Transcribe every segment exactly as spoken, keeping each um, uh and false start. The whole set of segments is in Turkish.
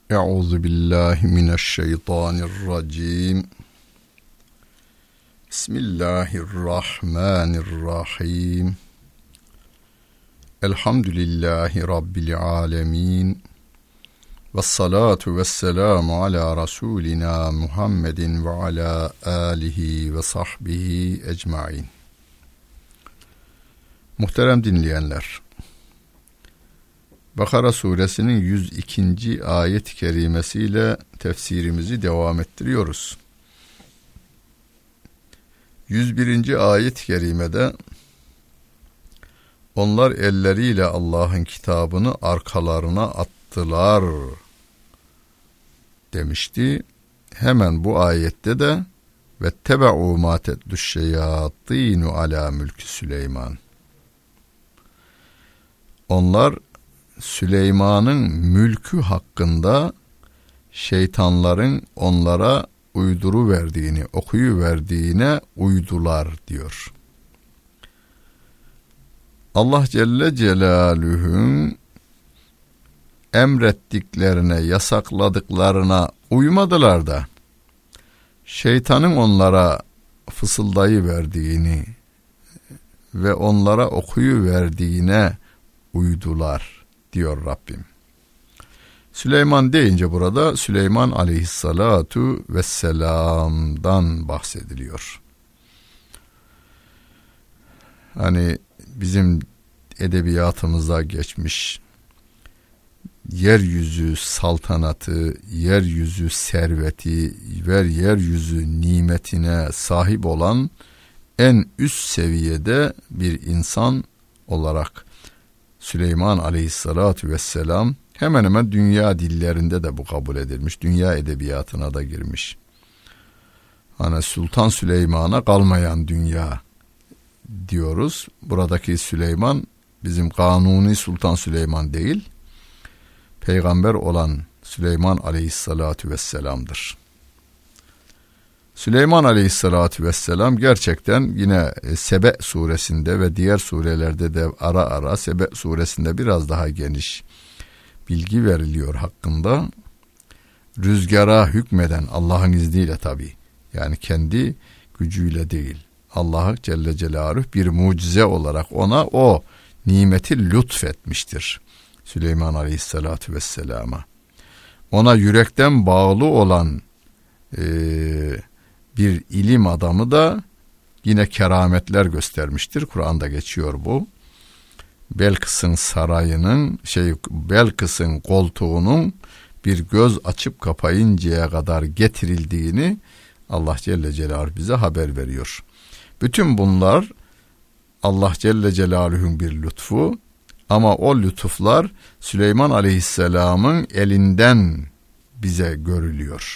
Euzu billahi mineşşeytanirracim. Bismillahirrahmanirrahim. Elhamdülillahi Rabbil alemin. Vessalatu vesselamu ala Resulina Muhammedin ve ala alihi ve sahbihi ecmain. Muhterem dinleyenler, Bakara suresinin yüz ikinci ayet-i kerimesiyle tefsirimizi devam ettiriyoruz. yüz birinci ayet-i kerimede onlar elleriyle Allah'ın kitabını arkalarına attılar demişti. Hemen bu ayette de vettebe'u mâ teddüşşeyâtînu alâ mülkü Süleyman. Onlar Süleyman'ın mülkü hakkında şeytanların onlara uyduru verdiğini, okuyu verdiğine uydular diyor. Allah Celle Celaluhu'nun emrettiklerine, yasakladıklarına uymadılar da şeytanın onlara fısıldayı verdiğini ve onlara okuyu verdiğine uydular diyor Rabbim. Süleyman deyince burada Süleyman aleyhissalatu vesselam'dan bahsediliyor. Hani bizim edebiyatımızda geçmiş yeryüzü saltanatı, yeryüzü serveti ve yeryüzü nimetine sahip olan en üst seviyede bir insan olarak Süleyman aleyhissalatu vesselam hemen hemen dünya dillerinde de bu kabul edilmiş. Dünya edebiyatına da girmiş. Hani Sultan Süleyman'a kalmayan dünya diyoruz. Buradaki Süleyman bizim kanuni Sultan Süleyman değil, peygamber olan Süleyman aleyhissalatu vesselam'dır. Süleyman aleyhissalatu vesselam gerçekten yine Sebe suresinde ve diğer surelerde de ara ara Sebe suresinde biraz daha geniş bilgi veriliyor hakkında. Rüzgara hükmeden, Allah'ın izniyle tabii, yani kendi gücüyle değil, Allah Celle Celaluhu bir mucize olarak ona o nimeti lütfetmiştir Süleyman aleyhissalatu vesselama. Ona yürekten bağlı olan eee bir ilim adamı da yine kerametler göstermiştir. Kur'an'da geçiyor bu. Belkıs'ın sarayının şey Belkıs'ın koltuğunun bir göz açıp kapayıncaya kadar getirildiğini Allah Celle Celaluhu bize haber veriyor. Bütün bunlar Allah Celle Celaluhu'nun bir lütfu, ama o lütuflar Süleyman Aleyhisselam'ın elinden bize görülüyor.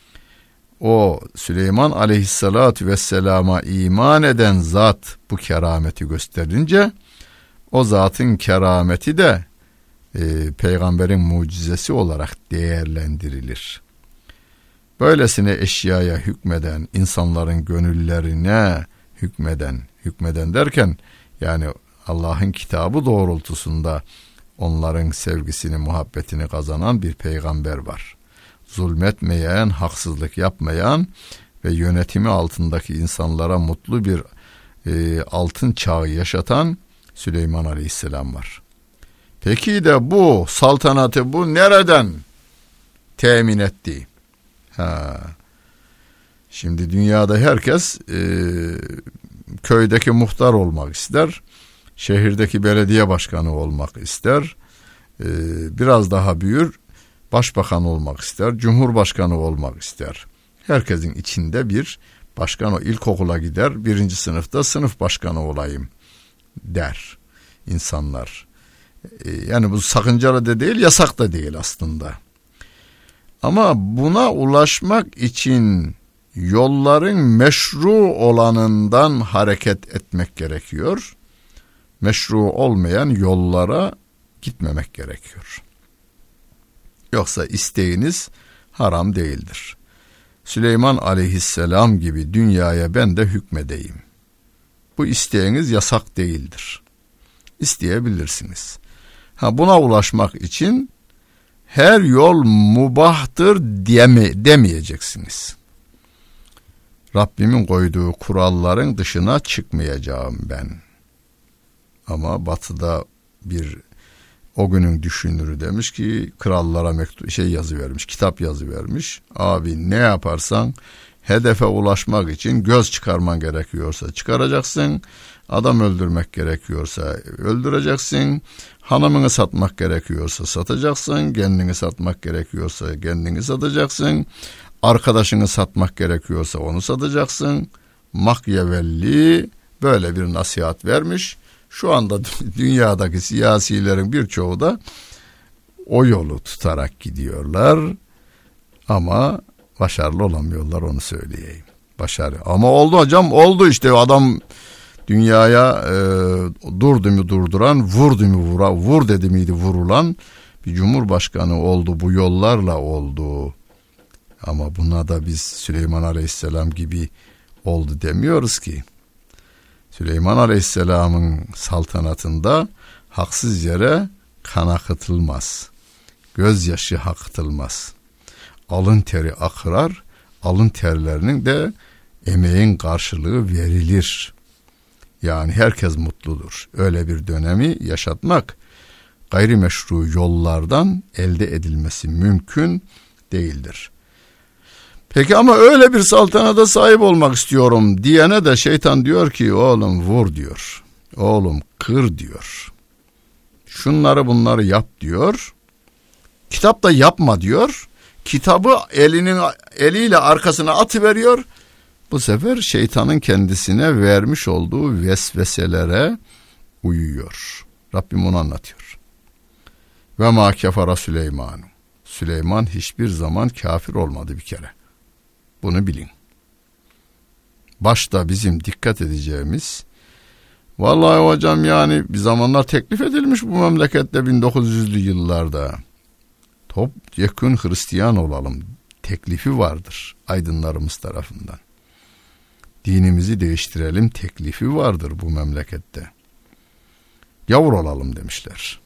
O Süleyman Aleyhisselatü Vesselam'a iman eden zat bu kerameti gösterince o zatın kerameti de e, peygamberin mucizesi olarak değerlendirilir. Böylesine eşyaya hükmeden, insanların gönüllerine hükmeden, hükmeden derken yani Allah'ın kitabı doğrultusunda onların sevgisini, muhabbetini kazanan bir peygamber var. Zulmetmeyen, haksızlık yapmayan ve yönetimi altındaki insanlara mutlu bir e, altın çağı yaşatan Süleyman Aleyhisselam var. Peki de bu saltanatı bu nereden temin etti? Ha. Şimdi dünyada herkes e, köydeki muhtar olmak ister, şehirdeki belediye başkanı olmak ister, e, biraz daha büyür, başbakan olmak ister, cumhurbaşkanı olmak ister. Herkesin içinde bir başkan, o ilkokula gider, birinci sınıfta sınıf başkanı olayım der insanlar. Yani bu sakıncalı da değil, yasak da değil aslında. Ama buna ulaşmak için yolların meşru olanından hareket etmek gerekiyor. Meşru olmayan yollara gitmemek gerekiyor. Yoksa isteğiniz haram değildir. Süleyman aleyhisselam gibi dünyaya ben de hükmedeyim. Bu isteğiniz yasak değildir. İsteyebilirsiniz. Ha, buna ulaşmak için her yol mubahtır deme, demeyeceksiniz. Rabbimin koyduğu kuralların dışına çıkmayacağım ben. Ama Batı'da bir o günün düşünürü demiş ki krallara mektup şey yazı vermiş, kitap yazı vermiş. Abi ne yaparsan hedefe ulaşmak için göz çıkarman gerekiyorsa çıkaracaksın. Adam öldürmek gerekiyorsa öldüreceksin. Hanımını satmak gerekiyorsa satacaksın. Kendini satmak gerekiyorsa kendini satacaksın. Arkadaşını satmak gerekiyorsa onu satacaksın. Machiavelli böyle bir nasihat vermiş. Şu anda dünyadaki siyasilerin birçoğu da o yolu tutarak gidiyorlar. Ama başarılı olamıyorlar, onu söyleyeyim. Başarı. Ama oldu hocam, oldu işte adam dünyaya e, durdu mu durduran, vurdu mu vura, vur dedi miydi vurulan bir cumhurbaşkanı oldu, bu yollarla oldu. Ama buna da biz Süleyman Aleyhisselam gibi oldu demiyoruz ki. Süleyman Aleyhisselam'ın saltanatında haksız yere kan akıtılmaz. Gözyaşı akıtılmaz. Alın teri akırar, alın terlerinin de emeğin karşılığı verilir. Yani herkes mutludur. Öyle bir dönemi yaşatmak gayrimeşru yollardan elde edilmesi mümkün değildir. Peki ama öyle bir saltanata sahip olmak istiyorum diyene de şeytan diyor ki oğlum vur diyor. Oğlum kır diyor. Şunları bunları yap diyor. Kitap da yapma diyor. Kitabı elinin eliyle arkasına atıveriyor. Bu sefer şeytanın kendisine vermiş olduğu vesveselere uyuyor. Rabbim onu anlatıyor. Ve ma kefara Süleyman. Süleyman hiçbir zaman kafir olmadı bir kere. Bunu bilin. Başta bizim dikkat edeceğimiz, vallahi hocam yani bir zamanlar teklif edilmiş bu memlekette bin dokuz yüzlü yıllarda. Topyekün Hristiyan olalım teklifi vardır aydınlarımız tarafından. Dinimizi değiştirelim teklifi vardır bu memlekette. Yavur olalım demişler.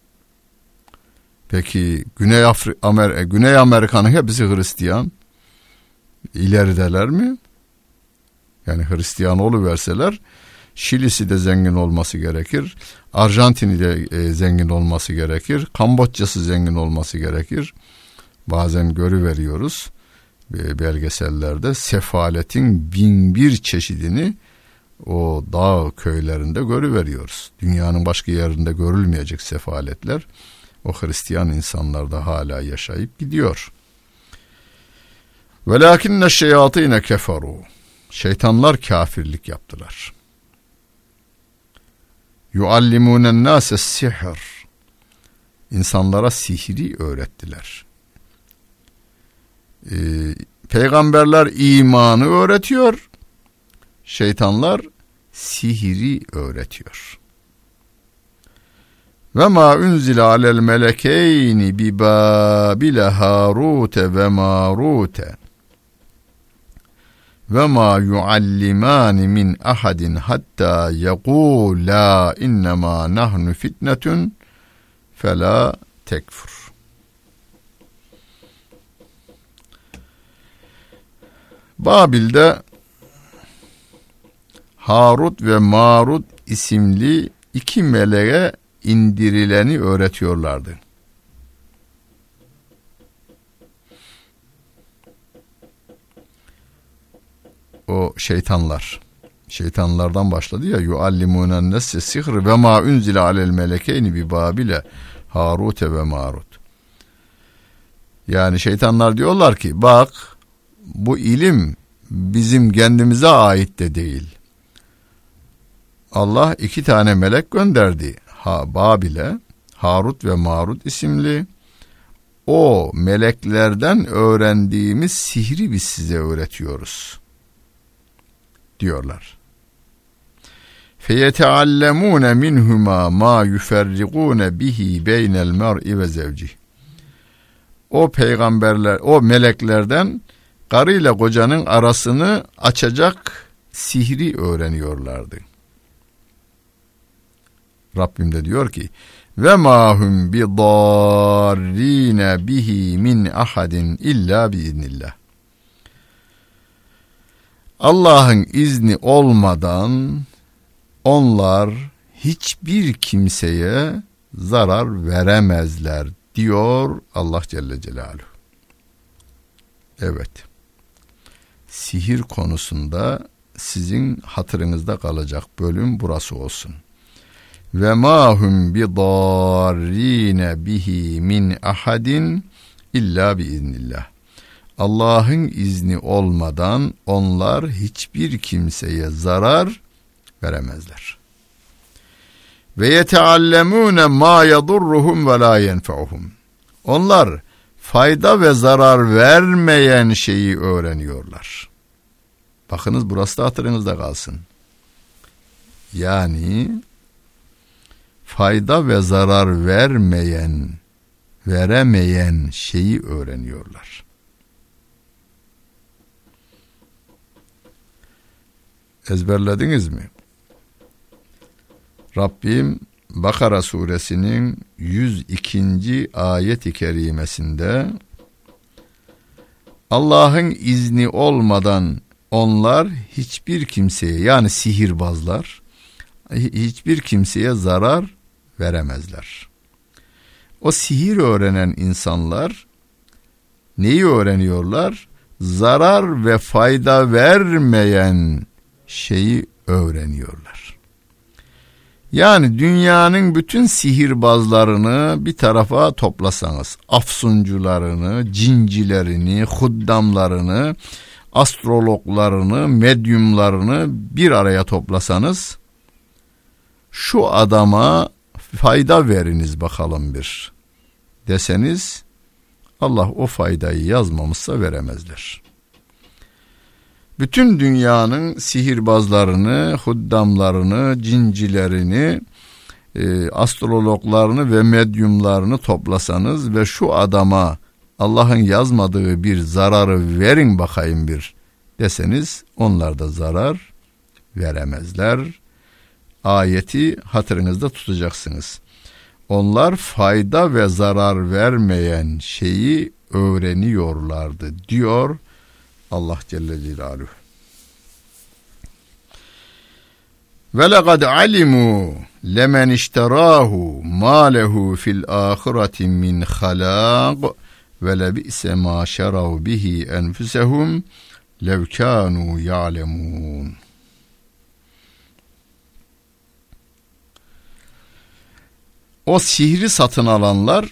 Peki Güney, Afri- Amer- Güney Amerika'nın hepsi Hristiyan. İlerideler mi? Yani Hristiyan oluverseler Şili'si de zengin olması gerekir. Arjantin'i de e, zengin olması gerekir. Kamboçya'sı zengin olması gerekir. Bazen görüveriyoruz e, belgesellerde sefaletin bin bir çeşidini o dağ köylerinde görüveriyoruz. Dünyanın başka yerinde görülmeyecek sefaletler o Hristiyan insanlarda hala yaşayıp gidiyor. Velakinne şeyatîne keferû. Şeytanlar kafirlik yaptılar. Yuallimûnen nâse sihr. İnsanlara sihri öğrettiler. Ee, peygamberler imanı öğretiyor. Şeytanlar sihri öğretiyor. Ve ma unzile alel melekeyni bi Babil Harut ve Marut. Ve ma yualliman min ahadin hatta yekula innema nahnu fitnetun fela tekfur. Babil'de Harut ve Marut isimli iki meleğe indirileni öğretiyorlardı. O şeytanlar. Şeytanlardan başladı ya. Yuallimûnen nesse sihr ve ma unzile alel melekeyni bi Babile Harut ve Marut. Yani şeytanlar diyorlar ki bak bu ilim bizim kendimize ait de değil. Allah iki tane melek gönderdi. Ha, Babil'e Harut ve Marut isimli. O meleklerden öğrendiğimiz sihri biz size öğretiyoruz diyorlar. Feyeteallemune minhuma ma yuferrigune bihi beynel mer'i ve zevcih. O peygamberler, o meleklerden karıyla kocanın arasını açacak sihri öğreniyorlardı. Rabbim de diyor ki ve ma hum bidarrine bihi min ahadin illa biiznillah. Allah'ın izni olmadan onlar hiçbir kimseye zarar veremezler diyor Allah Celle Celaluhu. Evet. Sihir konusunda sizin hatırınızda kalacak bölüm burası olsun. Ve ma hum bidarrine bihi min ahadin illa biiznillah. Allah'ın izni olmadan onlar hiçbir kimseye zarar veremezler. Ve yeteallemune ma yadurruhum ve la yenfa'uhum. Onlar fayda ve zarar vermeyen şeyi öğreniyorlar. Bakınız, burası da hatırınızda kalsın. Yani fayda ve zarar vermeyen, veremeyen şeyi öğreniyorlar. Ezberlediniz mi? Rabbim Bakara suresinin yüz ikinci ayet-i kerimesinde Allah'ın izni olmadan onlar hiçbir kimseye, yani sihirbazlar hiçbir kimseye zarar veremezler. O sihir öğrenen insanlar neyi öğreniyorlar? Zarar ve fayda vermeyen şeyi öğreniyorlar. Yani dünyanın bütün sihirbazlarını bir tarafa toplasanız, afsuncularını, cincilerini, huddamlarını, astrologlarını, medyumlarını bir araya toplasanız, şu adama fayda veriniz bakalım bir deseniz, Allah o faydayı yazmamışsa veremezler. Bütün dünyanın sihirbazlarını, huddamlarını, cincilerini, e, astrologlarını ve medyumlarını toplasanız ve şu adama Allah'ın yazmadığı bir zararı verin bakayım bir deseniz, onlar da zarar veremezler. Ayeti hatırınızda tutacaksınız. Onlar fayda ve zarar vermeyen şeyi öğreniyorlardı diyor Allah Celle Celaluhu. Ve lekad alimu lemen işterahu ma lehu fil ahireti min halaq ve lebi'se ma şerav bihi enfusehum lev kanu ya'lemun. O sihri satın alanlar,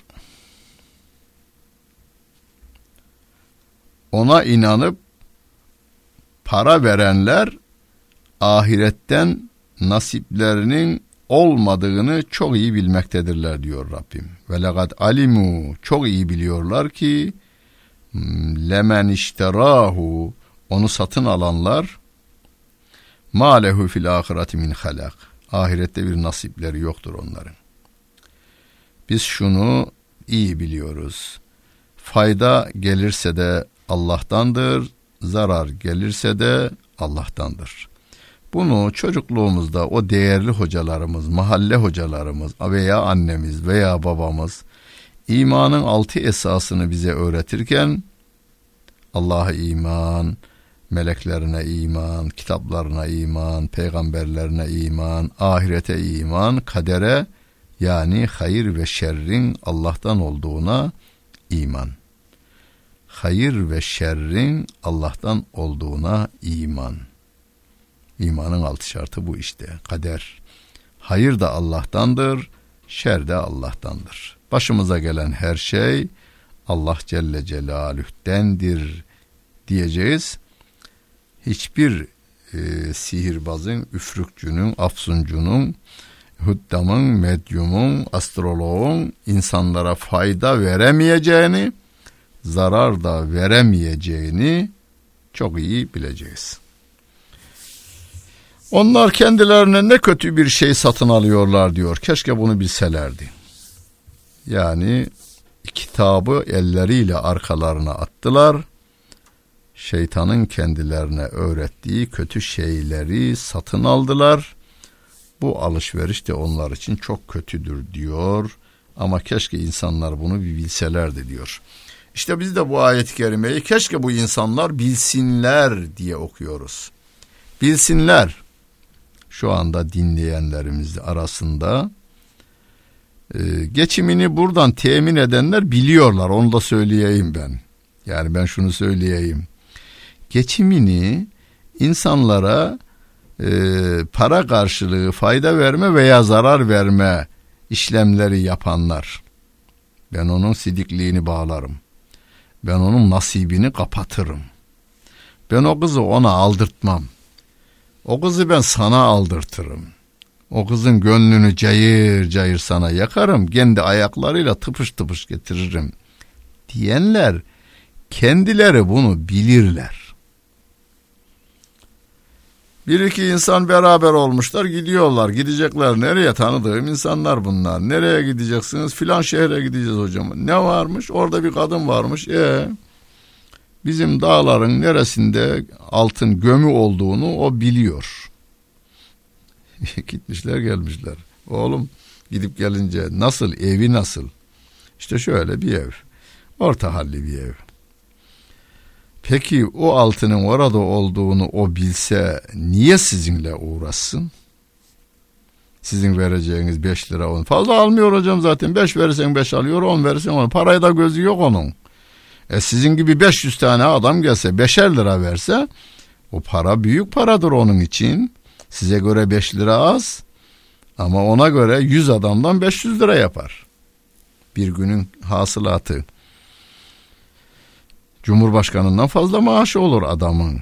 ona inanıp para verenler ahiretten nasiplerinin olmadığını çok iyi bilmektedirler diyor Rabbim. Ve lekad alimu, çok iyi biliyorlar ki lemen işterahu, onu satın alanlar, ma lehu fil ahireti min halak, ahirette bir nasipleri yoktur onların. Biz şunu iyi biliyoruz. Fayda gelirse de Allah'tandır, zarar gelirse de Allah'tandır. Bunu çocukluğumuzda o değerli hocalarımız, mahalle hocalarımız veya annemiz veya babamız imanın altı esasını bize öğretirken Allah'a iman, meleklerine iman, kitaplarına iman, peygamberlerine iman, ahirete iman, kadere, yani hayır ve şerrin Allah'tan olduğuna iman. Hayır ve şerrin Allah'tan olduğuna iman. İmanın altı şartı bu işte. Kader. Hayır da Allah'tandır, şer de Allah'tandır. Başımıza gelen her şey Allah Celle Celaluh'tendir diyeceğiz. Hiçbir e, sihirbazın, üfrükçünün, afsuncunun, huddamın, medyumun, astroloğun insanlara fayda veremeyeceğini, zarar da veremeyeceğini çok iyi bileceğiz. Onlar kendilerine ne kötü bir şey satın alıyorlar diyor. Keşke bunu bilselerdi. Yani kitabı elleriyle arkalarına attılar. Şeytanın kendilerine öğrettiği kötü şeyleri satın aldılar. bu alışveriş de onlar için çok kötüdür diyor. Ama keşke insanlar bunu bir bilselerdi diyor. İşte biz de bu ayet-i kerimeyi keşke bu insanlar bilsinler diye okuyoruz. Bilsinler. Şu anda dinleyenlerimiz arasında e, geçimini buradan temin edenler biliyorlar. Onu da söyleyeyim ben. Yani ben şunu söyleyeyim. Geçimini insanlara e, para karşılığı fayda verme veya zarar verme işlemleri yapanlar. Ben onun sidikliğini bağlarım. Ben onun nasibini kapatırım. Ben o kızı ona aldırtmam. O kızı ben sana aldırtırım. O kızın gönlünü cayır cayır sana yakarım. Kendi ayaklarıyla tıpış tıpış getiririm diyenler kendileri bunu bilirler. Bir iki insan beraber olmuşlar, gidiyorlar. Gidecekler nereye? Tanıdığım insanlar bunlar. Nereye gideceksiniz? Filan şehre gideceğiz hocam. Ne varmış? Orada bir kadın varmış. E bizim dağların neresinde altın gömü olduğunu o biliyor. Gitmişler gelmişler. Oğlum gidip gelince nasıl? Evi nasıl? İşte şöyle bir ev. Orta halli bir ev. Peki o altının orada olduğunu o bilse niye sizinle uğraşsın? Sizin vereceğiniz beş lira on. Fazla almıyor hocam zaten. beş verirsen beş alıyor, on verirsen on. Parayı da gözü yok onun. E sizin gibi beş yüz tane adam gelse beşer lira verse o para büyük paradır onun için. Size göre beş lira az ama ona göre yüz adamdan beş yüz lira yapar. Bir günün hasılatı. Cumhurbaşkanından fazla maaşı olur adamın.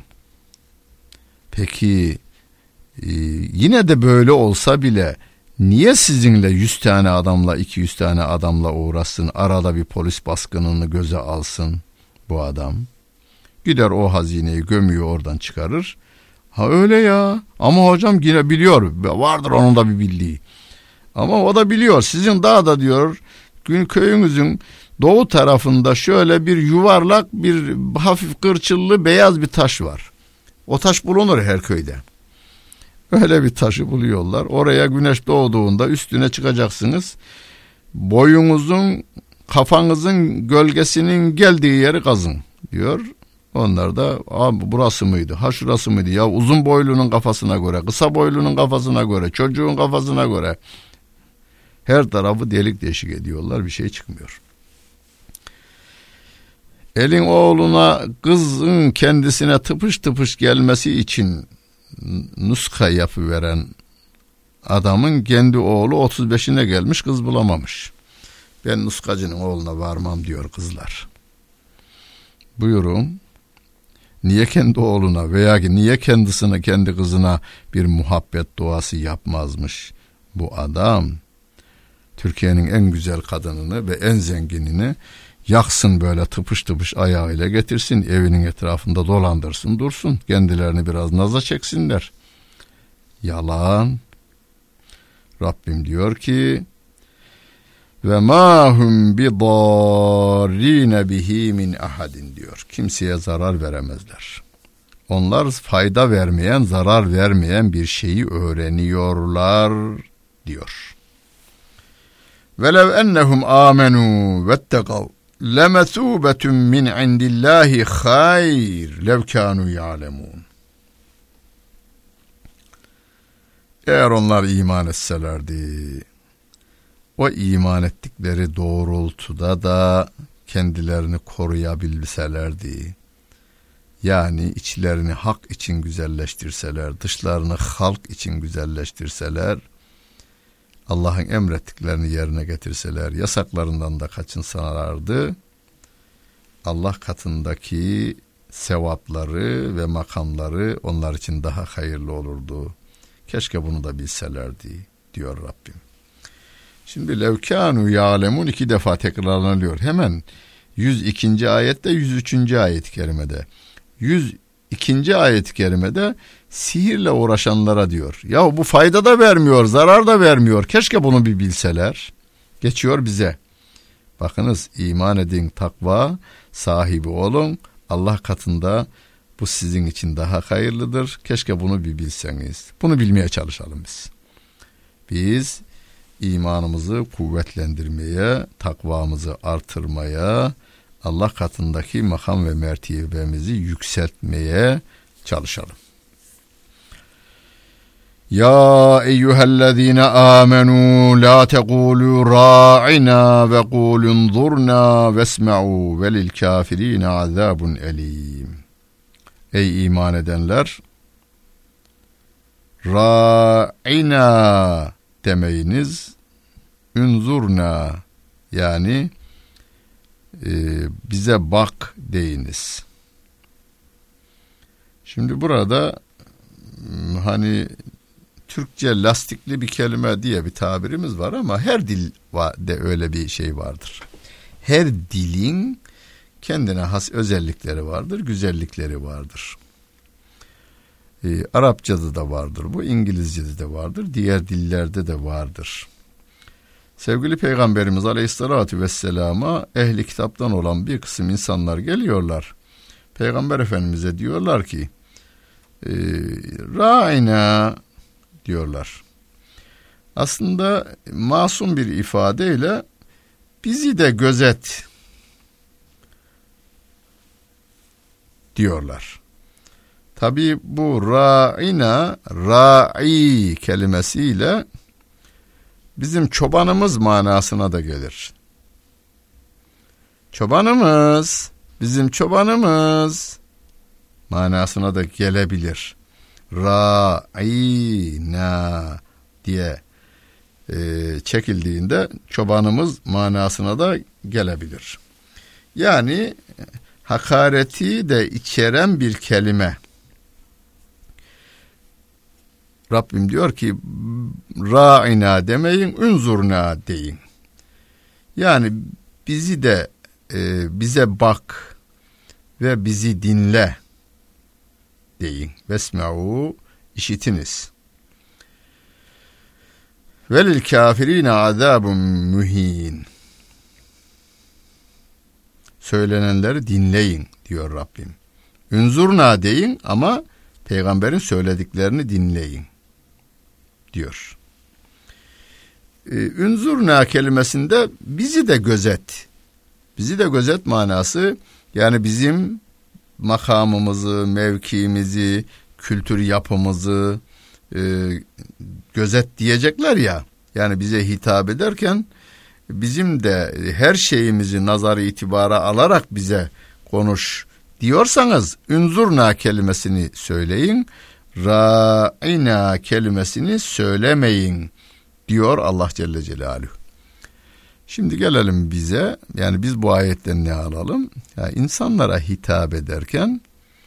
Peki e, yine de böyle olsa bile niye sizinle yüz tane adamla iki yüz tane adamla uğraşsın? Arada bir polis baskınını göze alsın bu adam. Gider o hazineyi gömüyor, oradan çıkarır. Ha öyle ya. Ama hocam yine biliyor. Vardır onun da bir bildiği. Ama o da biliyor. Sizin dağda diyor köyünüzün doğu tarafında şöyle bir yuvarlak, bir hafif kırçıllı beyaz bir taş var. O taş bulunur her köyde. Öyle bir taşı buluyorlar. Oraya güneş doğduğunda üstüne çıkacaksınız. Boyunuzun, kafanızın gölgesinin geldiği yeri kazın diyor. Onlar da abi burası mıydı? Ha şurası mıydı? Ya uzun boylunun kafasına göre, kısa boylunun kafasına göre, çocuğun kafasına göre her tarafı delik deşik ediyorlar. Bir şey çıkmıyor. Elin oğluna kızın kendisine tıpış tıpış gelmesi için nuska yapıveren adamın kendi oğlu otuz beşine gelmiş, kız bulamamış. Ben nuskacının oğluna varmam diyor kızlar. Buyurun. Niye kendi oğluna veya niye kendisine, kendi kızına bir muhabbet duası yapmazmış bu adam? Türkiye'nin en güzel kadınını ve en zenginini yaksın, böyle tıpış tıpış ayağıyla getirsin, evinin etrafında dolandırsın dursun, kendilerini biraz naza çeksinler. Yalan. Rabbim diyor ki ve ma hum bidarrine bihi min ahadin diyor. Kimseye zarar veremezler. Onlar fayda vermeyen, zarar vermeyen bir şeyi öğreniyorlar diyor. Velev ennehum amenu vettegav lemethubetun min indillahi hayr lev kanu ya'lemun. Eğer onlar iman etselerdi, o iman ettikleri doğrultuda da kendilerini koruyabilselerdi, yani içlerini hak için güzelleştirseler, dışlarını halk için güzelleştirseler, Allah'ın emrettiklerini yerine getirseler, yasaklarından da kaçınsalardı, Allah katındaki sevapları ve makamları onlar için daha hayırlı olurdu. Keşke bunu da bilselerdi diyor Rabbim. Şimdi levkânu yâlemun iki defa tekrarlanıyor. Hemen yüz ikinci ayette, yüz üçüncü ayet-i kerimede. yüz ikinci ayet-i kerimede sihirle uğraşanlara diyor. Ya bu fayda da vermiyor, zarar da vermiyor. Keşke bunu bir bilseler. Geçiyor bize. Bakınız, iman edin, takva sahibi olun. Allah katında bu sizin için daha hayırlıdır. Keşke bunu bir bilseniz. Bunu bilmeye çalışalım biz. Biz imanımızı kuvvetlendirmeye, takvamızı artırmaya, Allah katındaki makam ve mertebemizi yükseltmeye çalışalım. Ya eyyühellezine amenu la tegulu ra'ina ve kulun zurna vesma'u velil kafirine azabun elim. Ey iman edenler, ra'ina demeyiniz, ünzurna yani e, bize bak deyiniz. Şimdi burada hani Türkçe lastikli bir kelime diye bir tabirimiz var ama her dilde öyle bir şey vardır. Her dilin kendine has özellikleri vardır, güzellikleri vardır. Ee, Arapçada da vardır bu, İngilizce'de de vardır, diğer dillerde de vardır. Sevgili Peygamberimiz Aleyhisselatü Vesselam'a ehli kitaptan olan bir kısım insanlar geliyorlar. Peygamber Efendimiz'e diyorlar ki, e, Ra'ina diyorlar. Aslında masum bir ifadeyle bizi de gözet diyorlar. Tabi bu ra'ina, ra'i kelimesiyle bizim çobanımız manasına da gelir. Çobanımız, bizim çobanımız manasına da gelebilir. Ra'ina diye e, çekildiğinde çobanımız manasına da gelebilir. Yani hakareti de içeren bir kelime. Rabbim diyor ki ra'ina demeyin, ünzurna deyin. Yani bizi de e, bize bak ve bizi dinle deyin. Vesma'u, işitiniz. Velil kafirine azabun muhin. Söylenenleri dinleyin diyor Rabbim. Ünzurna deyin ama peygamberin söylediklerini dinleyin diyor. Ee, Ünzurna kelimesinde bizi de gözet. Bizi de gözet manası yani bizim makamımızı, mevkiimizi, kültür yapımızı e, gözet diyecekler ya. Yani bize hitap ederken bizim de her şeyimizi nazarı itibara alarak bize konuş diyorsanız ünzurna kelimesini söyleyin. Ra'ina kelimesini söylemeyin diyor Allah Celle Celaluhu. Şimdi gelelim bize, yani biz bu ayetten ne alalım? Yani insanlara hitap ederken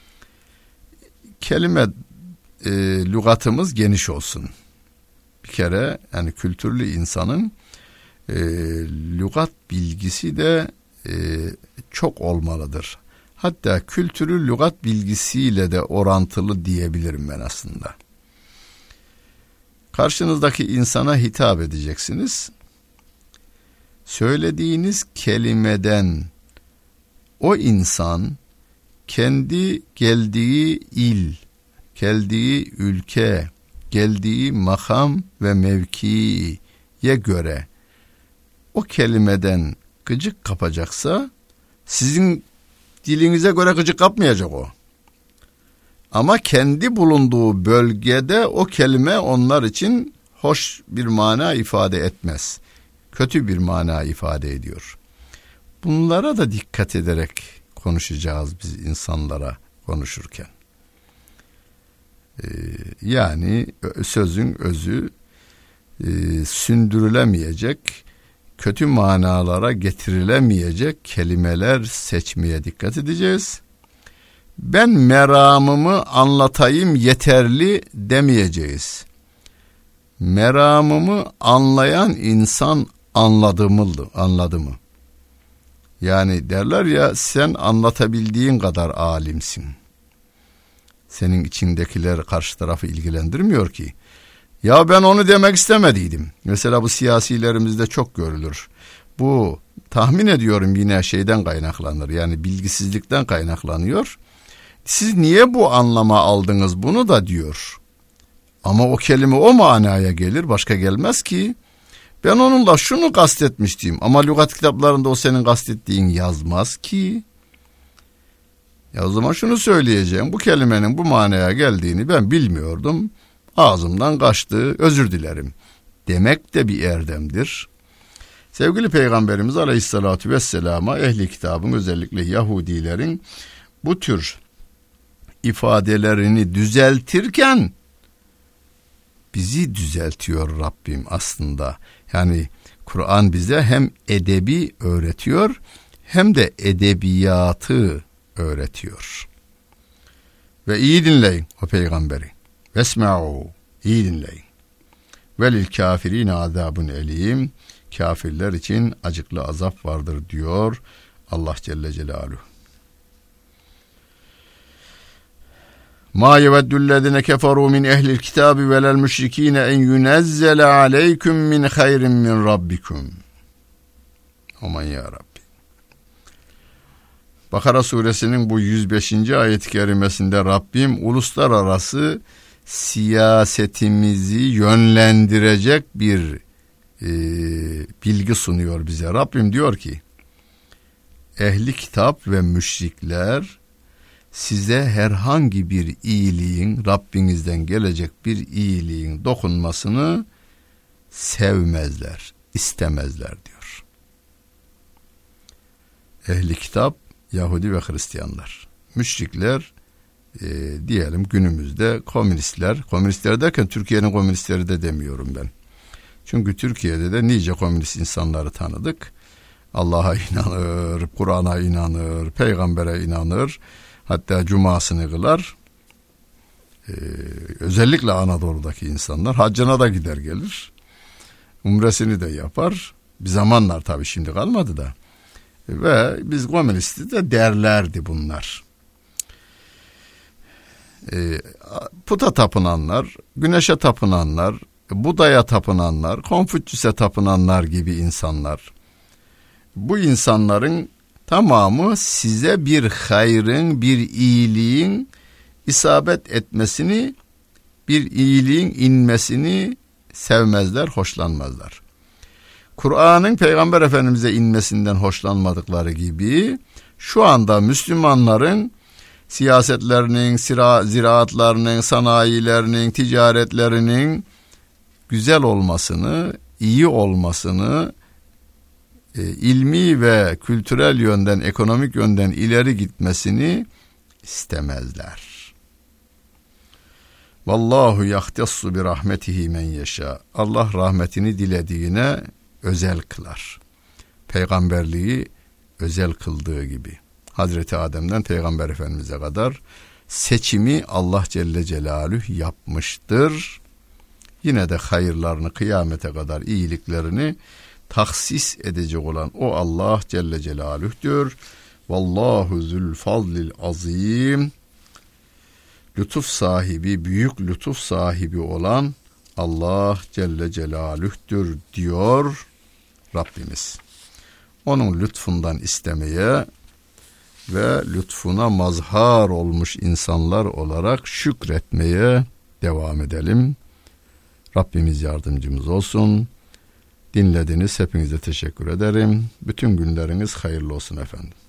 kelime e, lügatımız geniş olsun. Bir kere yani kültürlü insanın e, lügat bilgisi de e, çok olmalıdır. Hatta kültürü lügat bilgisiyle de orantılı diyebilirim ben aslında. Karşınızdaki insana hitap edeceksiniz. Söylediğiniz kelimeden o insan kendi geldiği il, geldiği ülke, geldiği makam ve mevkiye göre o kelimeden gıcık kapacaksa sizin dilinize göre gıcık kapmayacak o. Ama kendi bulunduğu bölgede o kelime onlar için hoş bir mana ifade etmez. Kötü bir mana ifade ediyor. Bunlara da dikkat ederek konuşacağız biz insanlara konuşurken. Ee, yani sözün özü e, sündürülemeyecek, kötü manalara getirilemeyecek kelimeler seçmeye dikkat edeceğiz. Ben meramımı anlatayım yeterli demeyeceğiz. Meramımı anlayan insan anladı mı? Anladı mı? Yani derler ya, sen anlatabildiğin kadar alimsin. Senin içindekiler karşı tarafı ilgilendirmiyor ki. Ya ben onu demek istemediydim. Mesela bu siyasilerimizde çok görülür. Bu tahmin ediyorum yine şeyden kaynaklanır. Yani bilgisizlikten kaynaklanıyor. Siz niye bu anlama aldınız bunu da diyor. Ama o kelime o manaya gelir, başka gelmez ki. Ben onunla şunu kastetmiştim ama lügat kitaplarında o senin kastettiğin yazmaz ki. Ya o zaman şunu söyleyeceğim, bu kelimenin bu manaya geldiğini ben bilmiyordum. Ağzımdan kaçtı, özür dilerim demek de bir erdemdir. Sevgili Peygamberimiz Aleyhisselatü Vesselam'a ehli kitabın, özellikle Yahudilerin bu tür ifadelerini düzeltirken bizi düzeltiyor Rabbim aslında. Yani Kur'an bize hem edebi öğretiyor hem de edebiyatı öğretiyor. Ve iyi dinleyin o peygamberi. Vesma'u, iyi dinleyin. Velil kafirine azabun elim. Kafirler için acıklı azap vardır diyor Allah Celle Celaluhu. Ma yeveddüllezine keferu min ehlil kitabi velel müşrikine en yunezzele aleyküm min hayrin min rabbikum. Aman ya Rabbi. Bakara suresinin bu yüz beşinci ayet-i kerimesinde Rabbim uluslararası siyasetimizi yönlendirecek bir e, bilgi sunuyor bize. Rabbim diyor ki, ehli kitap ve müşrikler size herhangi bir iyiliğin, Rabbinizden gelecek bir iyiliğin dokunmasını sevmezler, istemezler diyor. Ehli kitap, Yahudi ve Hristiyanlar. Müşrikler, e, diyelim günümüzde komünistler. Komünistler derken Türkiye'nin komünistleri de demiyorum ben. Çünkü Türkiye'de de nice komünist insanları tanıdık. Allah'a inanır, Kur'an'a inanır, peygambere inanır. Hatta cumasını kılar. Ee, özellikle Anadolu'daki insanlar haccına da gider gelir. Umresini de yapar. Bir zamanlar tabii, şimdi kalmadı da. Ve biz komünisti de derlerdi bunlar. Ee, puta tapınanlar, güneşe tapınanlar, Buda'ya tapınanlar, Konfüçyüs'e tapınanlar gibi insanlar. Bu insanların tamamı size bir hayrın, bir iyiliğin isabet etmesini, bir iyiliğin inmesini sevmezler, hoşlanmazlar. Kur'an'ın Peygamber Efendimiz'e inmesinden hoşlanmadıkları gibi şu anda Müslümanların siyasetlerinin, ziraatlarının, sanayilerinin, ticaretlerinin güzel olmasını, iyi olmasını, e, ilmi ve kültürel yönden, ekonomik yönden ileri gitmesini istemezler. Vallahu yahtassu bi rahmetihi men yeşâ. Allah rahmetini dilediğine özel kılar. Peygamberliği özel kıldığı gibi. Hazreti Adem'den Peygamber Efendimiz'e kadar seçimi Allah Celle Celaluhu yapmıştır. Yine de hayırlarını, kıyamete kadar iyiliklerini tahsis edecek olan o Allah Celle Celaluhu'dur. Vallahu zül fadlil azim. Lütuf sahibi, büyük lütuf sahibi olan Allah Celle Celaluhu'dur diyor Rabbimiz. Onun lütfundan istemeye ve lütfuna mazhar olmuş insanlar olarak şükretmeye devam edelim. Rabbimiz yardımcımız olsun. Dinlediniz, hepinize teşekkür ederim. Bütün günleriniz hayırlı olsun efendim.